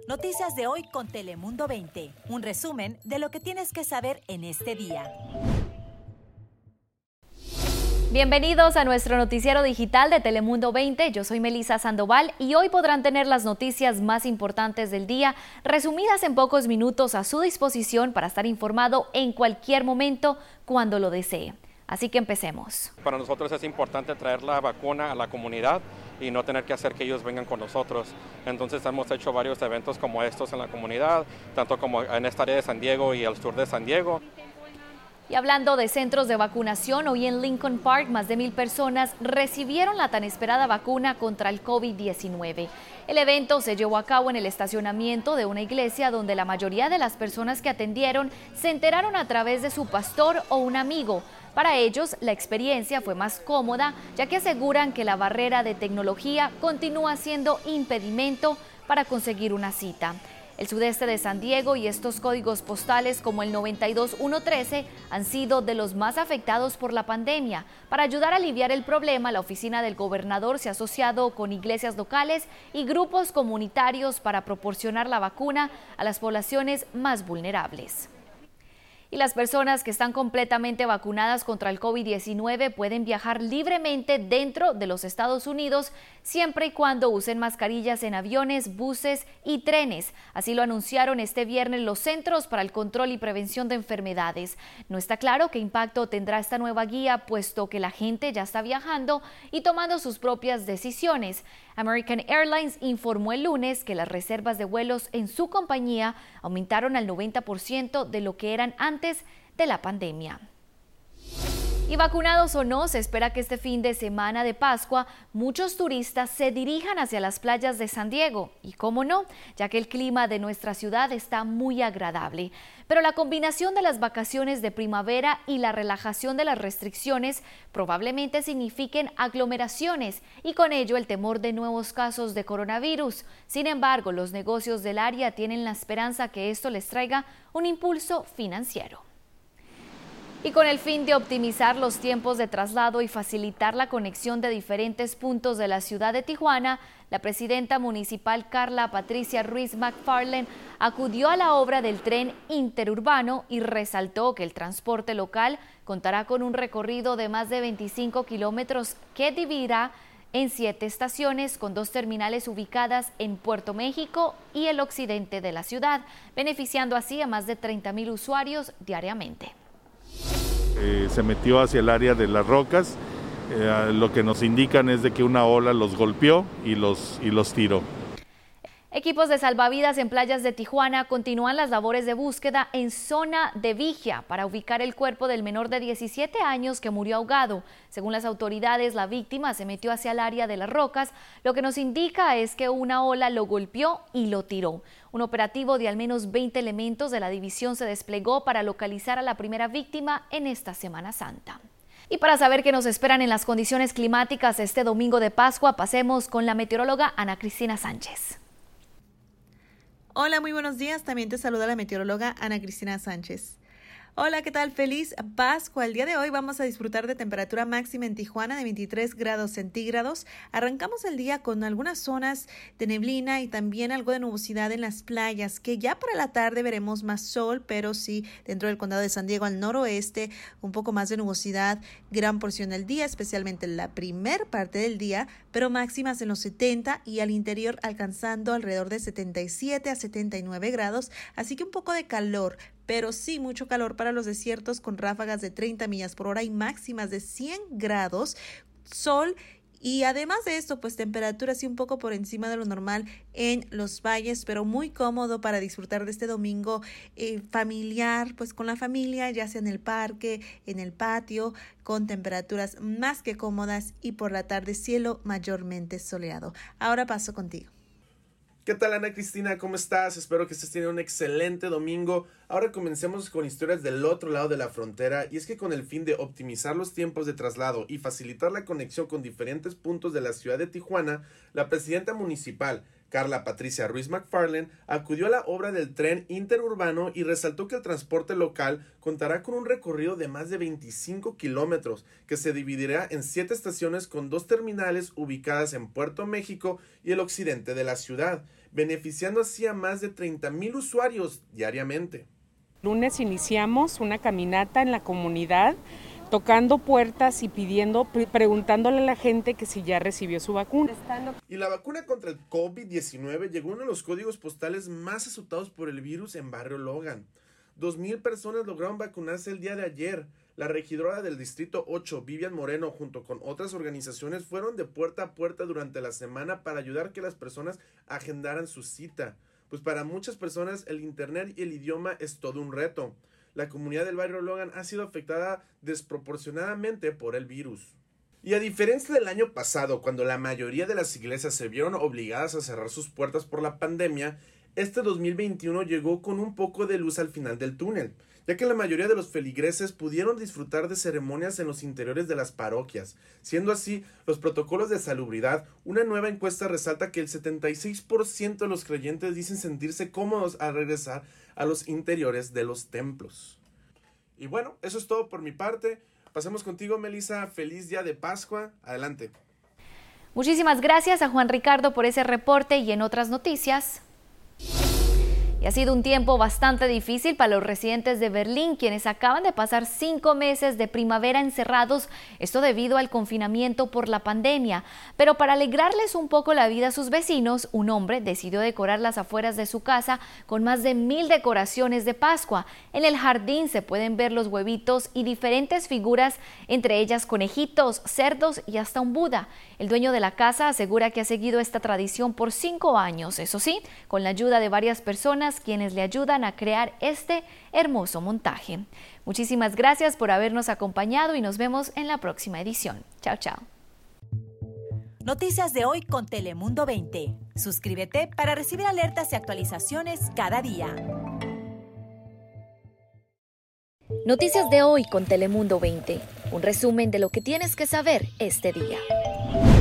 Noticias de hoy con Telemundo 20. Un resumen de lo que tienes que saber en este día. Bienvenidos a nuestro noticiero digital de Telemundo 20. Yo soy Melissa Sandoval y hoy podrán tener las noticias más importantes del día, resumidas en pocos minutos a su disposición para estar informado en cualquier momento cuando lo desee. Así que empecemos. Para nosotros es importante traer la vacuna a la comunidad y no tener que hacer que ellos vengan con nosotros. Entonces hemos hecho varios eventos como estos en la comunidad, tanto como en esta área de San Diego y el sur de San Diego. Y hablando de centros de vacunación, hoy en Lincoln Park más de 1,000 personas recibieron la tan esperada vacuna contra el COVID-19. El evento se llevó a cabo en el estacionamiento de una iglesia donde la mayoría de las personas que atendieron se enteraron a través de su pastor o un amigo. Para ellos, la experiencia fue más cómoda, ya que aseguran que la barrera de tecnología continúa siendo impedimento para conseguir una cita. El sudeste de San Diego y estos códigos postales como el 92113 han sido de los más afectados por la pandemia. Para ayudar a aliviar el problema, la oficina del gobernador se ha asociado con iglesias locales y grupos comunitarios para proporcionar la vacuna a las poblaciones más vulnerables. Y las personas que están completamente vacunadas contra el COVID-19 pueden viajar libremente dentro de los Estados Unidos siempre y cuando usen mascarillas en aviones, buses y trenes. Así lo anunciaron este viernes los Centros para el Control y Prevención de Enfermedades. No está claro qué impacto tendrá esta nueva guía, puesto que la gente ya está viajando y tomando sus propias decisiones. American Airlines informó el lunes que las reservas de vuelos en su compañía aumentaron al 90% de lo que eran antes de la pandemia. Y vacunados o no, se espera que este fin de semana de Pascua muchos turistas se dirijan hacia las playas de San Diego. Y cómo no, ya que el clima de nuestra ciudad está muy agradable. Pero la combinación de las vacaciones de primavera y la relajación de las restricciones probablemente signifiquen aglomeraciones y con ello el temor de nuevos casos de coronavirus. Sin embargo, los negocios del área tienen la esperanza que esto les traiga un impulso financiero. Y con el fin de optimizar los tiempos de traslado y facilitar la conexión de diferentes puntos de la ciudad de Tijuana, la presidenta municipal Carla Patricia Ruiz McFarland acudió a la obra del tren interurbano y resaltó que el transporte local contará con un recorrido de más de 25 kilómetros que dividirá en 7 estaciones con 2 terminales ubicadas en Puerto México y el occidente de la ciudad, beneficiando así a más de 30,000 usuarios diariamente. Se metió hacia el área de las rocas, lo que nos indican es de que una ola los golpeó y los tiró. Equipos de salvavidas en playas de Tijuana continúan las labores de búsqueda en zona de Vigia para ubicar el cuerpo del menor de 17 años que murió ahogado. Según las autoridades, la víctima se metió hacia el área de las rocas, lo que nos indica es que una ola lo golpeó y lo tiró. Un operativo de al menos 20 elementos de la división se desplegó para localizar a la primera víctima en esta Semana Santa. Y para saber qué nos esperan en las condiciones climáticas este domingo de Pascua, pasemos con la meteoróloga Ana Cristina Sánchez. Hola, muy buenos días. También te saluda la meteoróloga Ana Cristina Sánchez. Hola, ¿qué tal? Feliz Pascua. El día de hoy vamos a disfrutar de temperatura máxima en Tijuana de 23 grados centígrados. Arrancamos el día con algunas zonas de neblina y también algo de nubosidad en las playas, que ya para la tarde veremos más sol, pero sí dentro del condado de San Diego al noroeste, un poco más de nubosidad, gran porción del día, especialmente en la primer parte del día, pero máximas en los 70 y al interior alcanzando alrededor de 77 a 79 grados, así que un poco de calor, pero sí mucho calor para los desiertos con ráfagas de 30 millas por hora y máximas de 100 grados, sol y además de esto, pues temperatura así un poco por encima de lo normal en los valles, pero muy cómodo para disfrutar de este domingo familiar, pues con la familia, ya sea en el parque, en el patio, con temperaturas más que cómodas y por la tarde cielo mayormente soleado. Ahora paso contigo. ¿Qué tal, Ana Cristina? ¿Cómo estás? Espero que estés teniendo un excelente domingo. Ahora comencemos con historias del otro lado de la frontera, y es que con el fin de optimizar los tiempos de traslado y facilitar la conexión con diferentes puntos de la ciudad de Tijuana, la presidenta municipal, Carla Patricia Ruiz McFarland, acudió a la obra del tren interurbano y resaltó que el transporte local contará con un recorrido de más de 25 kilómetros, que se dividirá en 7 estaciones con 2 terminales ubicadas en Puerto México y el occidente de la ciudad. beneficiando así a más de 30,000 usuarios diariamente. Lunes iniciamos una caminata en la comunidad, tocando puertas y preguntándole a la gente que si ya recibió su vacuna. Y la vacuna contra el COVID-19 llegó a uno de los códigos postales más azotados por el virus en Barrio Logan. 2,000 personas lograron vacunarse el día de ayer. La regidora del Distrito 8, Vivian Moreno, junto con otras organizaciones, fueron de puerta a puerta durante la semana para ayudar a que las personas agendaran su cita. Pues para muchas personas el internet y el idioma es todo un reto. La comunidad del Barrio Logan ha sido afectada desproporcionadamente por el virus. Y a diferencia del año pasado, cuando la mayoría de las iglesias se vieron obligadas a cerrar sus puertas por la pandemia, este 2021 llegó con un poco de luz al final del túnel, ya que la mayoría de los feligreses pudieron disfrutar de ceremonias en los interiores de las parroquias. Siendo así, los protocolos de salubridad, una nueva encuesta resalta que el 76% de los creyentes dicen sentirse cómodos al regresar a los interiores de los templos. Y bueno, eso es todo por mi parte. Pasemos contigo, Melissa. Feliz día de Pascua. Adelante. Muchísimas gracias a Juan Ricardo por ese reporte y en otras noticias. Y ha sido un tiempo bastante difícil para los residentes de Berlín, quienes acaban de pasar 5 meses de primavera encerrados, esto debido al confinamiento por la pandemia. Pero para alegrarles un poco la vida a sus vecinos, un hombre decidió decorar las afueras de su casa con más de 1,000 decoraciones de Pascua. En el jardín se pueden ver los huevitos y diferentes figuras, entre ellas conejitos, cerdos y hasta un Buda. El dueño de la casa asegura que ha seguido esta tradición por 5 años, eso sí, con la ayuda de varias personas quienes le ayudan a crear este hermoso montaje. Muchísimas gracias por habernos acompañado y nos vemos en la próxima edición. Chao, chao. Noticias de hoy con Telemundo 20. Suscríbete para recibir alertas y actualizaciones cada día. Noticias de hoy con Telemundo 20. Un resumen de lo que tienes que saber este día.